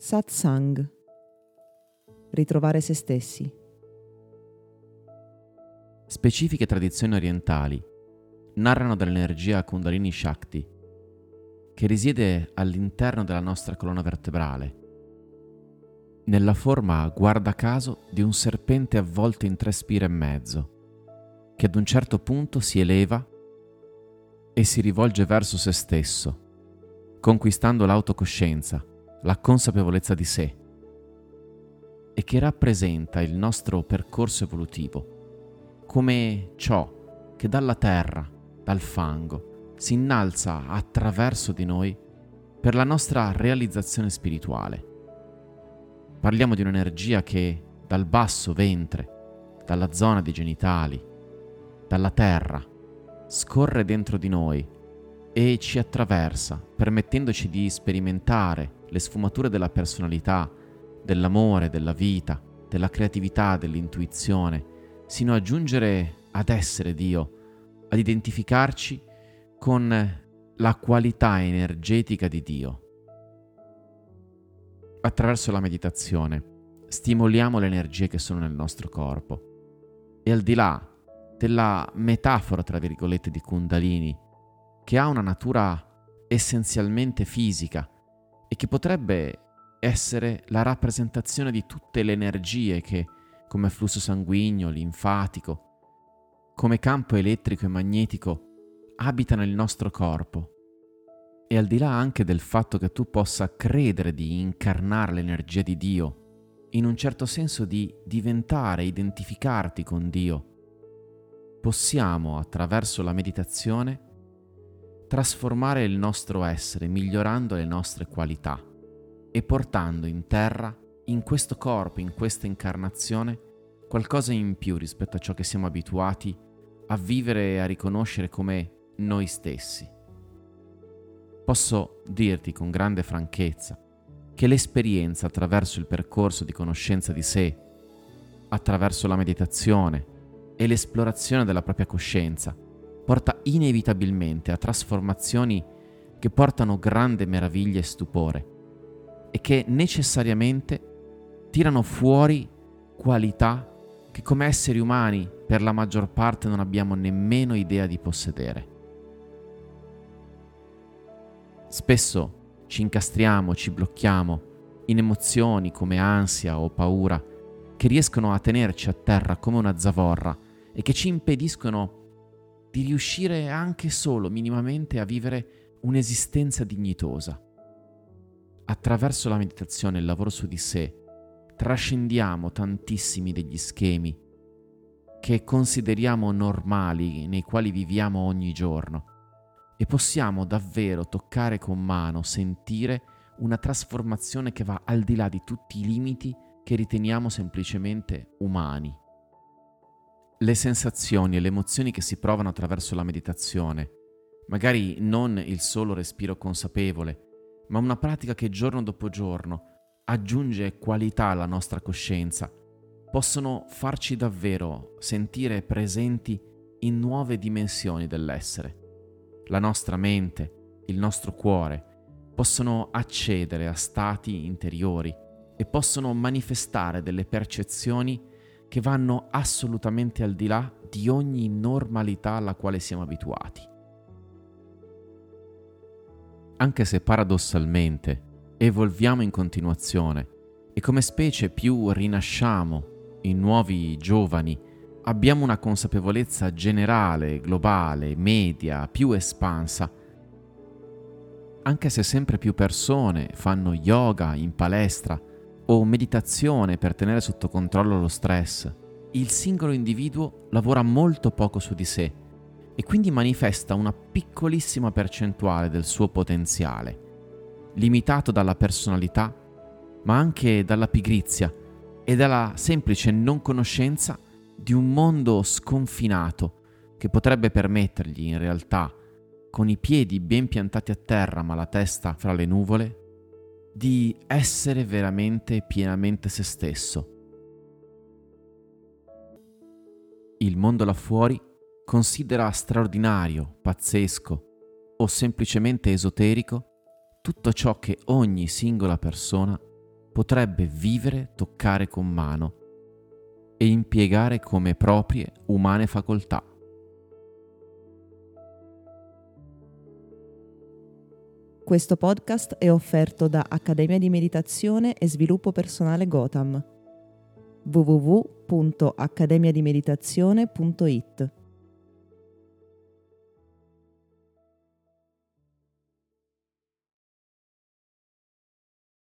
Satsang. Ritrovare se stessi. Specifiche tradizioni orientali narrano dell'energia Kundalini Shakti che risiede all'interno della nostra colonna vertebrale, nella forma, guarda caso, di un serpente avvolto in 3 spire e mezzo, che ad un certo punto si eleva e si rivolge verso se stesso, conquistando l'autocoscienza, la consapevolezza di sé, e che rappresenta il nostro percorso evolutivo, come ciò che dalla terra, dal fango, si innalza attraverso di noi per la nostra realizzazione spirituale. Parliamo di un'energia che dal basso ventre, dalla zona dei genitali, dalla terra, scorre dentro di noi e ci attraversa, permettendoci di sperimentare le sfumature della personalità, dell'amore, della vita, della creatività, dell'intuizione, sino a giungere ad essere Dio, ad identificarci con la qualità energetica di Dio. Attraverso la meditazione stimoliamo le energie che sono nel nostro corpo e al di là della metafora, tra virgolette, di Kundalini, che ha una natura essenzialmente fisica e che potrebbe essere la rappresentazione di tutte le energie che, come flusso sanguigno, linfatico, come campo elettrico e magnetico, abitano il nostro corpo. E al di là anche del fatto che tu possa credere di incarnare l'energia di Dio, in un certo senso di diventare, identificarti con Dio, possiamo, attraverso la meditazione, trasformare il nostro essere, migliorando le nostre qualità e portando in terra, in questo corpo, in questa incarnazione, qualcosa in più rispetto a ciò che siamo abituati a vivere e a riconoscere come noi stessi. Posso dirti con grande franchezza che l'esperienza attraverso il percorso di conoscenza di sé, attraverso la meditazione e l'esplorazione della propria coscienza, porta inevitabilmente a trasformazioni che portano grande meraviglia e stupore e che necessariamente tirano fuori qualità che come esseri umani per la maggior parte non abbiamo nemmeno idea di possedere. Spesso ci incastriamo, ci blocchiamo in emozioni come ansia o paura che riescono a tenerci a terra come una zavorra e che ci impediscono di riuscire anche solo minimamente a vivere un'esistenza dignitosa. Attraverso la meditazione e il lavoro su di sé trascendiamo tantissimi degli schemi che consideriamo normali, nei quali viviamo ogni giorno, e possiamo davvero toccare con mano, sentire una trasformazione che va al di là di tutti i limiti che riteniamo semplicemente umani. Le sensazioni e le emozioni che si provano attraverso la meditazione, magari non il solo respiro consapevole, ma una pratica che giorno dopo giorno aggiunge qualità alla nostra coscienza, possono farci davvero sentire presenti in nuove dimensioni dell'essere. La nostra mente, il nostro cuore, possono accedere a stati interiori e possono manifestare delle percezioni che vanno assolutamente al di là di ogni normalità alla quale siamo abituati. Anche se paradossalmente evolviamo in continuazione e come specie più rinasciamo in nuovi giovani, abbiamo una consapevolezza generale, globale, media, più espansa. Anche se sempre più persone fanno yoga in palestra o meditazione per tenere sotto controllo lo stress, il singolo individuo lavora molto poco su di sé e quindi manifesta una piccolissima percentuale del suo potenziale, limitato dalla personalità, ma anche dalla pigrizia e dalla semplice non conoscenza di un mondo sconfinato che potrebbe permettergli in realtà, con i piedi ben piantati a terra ma la testa fra le nuvole, di essere veramente e pienamente se stesso. Il mondo là fuori considera straordinario, pazzesco o semplicemente esoterico tutto ciò che ogni singola persona potrebbe vivere, toccare con mano e impiegare come proprie umane facoltà. Questo podcast è offerto da Accademia di Meditazione e Sviluppo Personale Gotham. www.accademiadimeditazione.it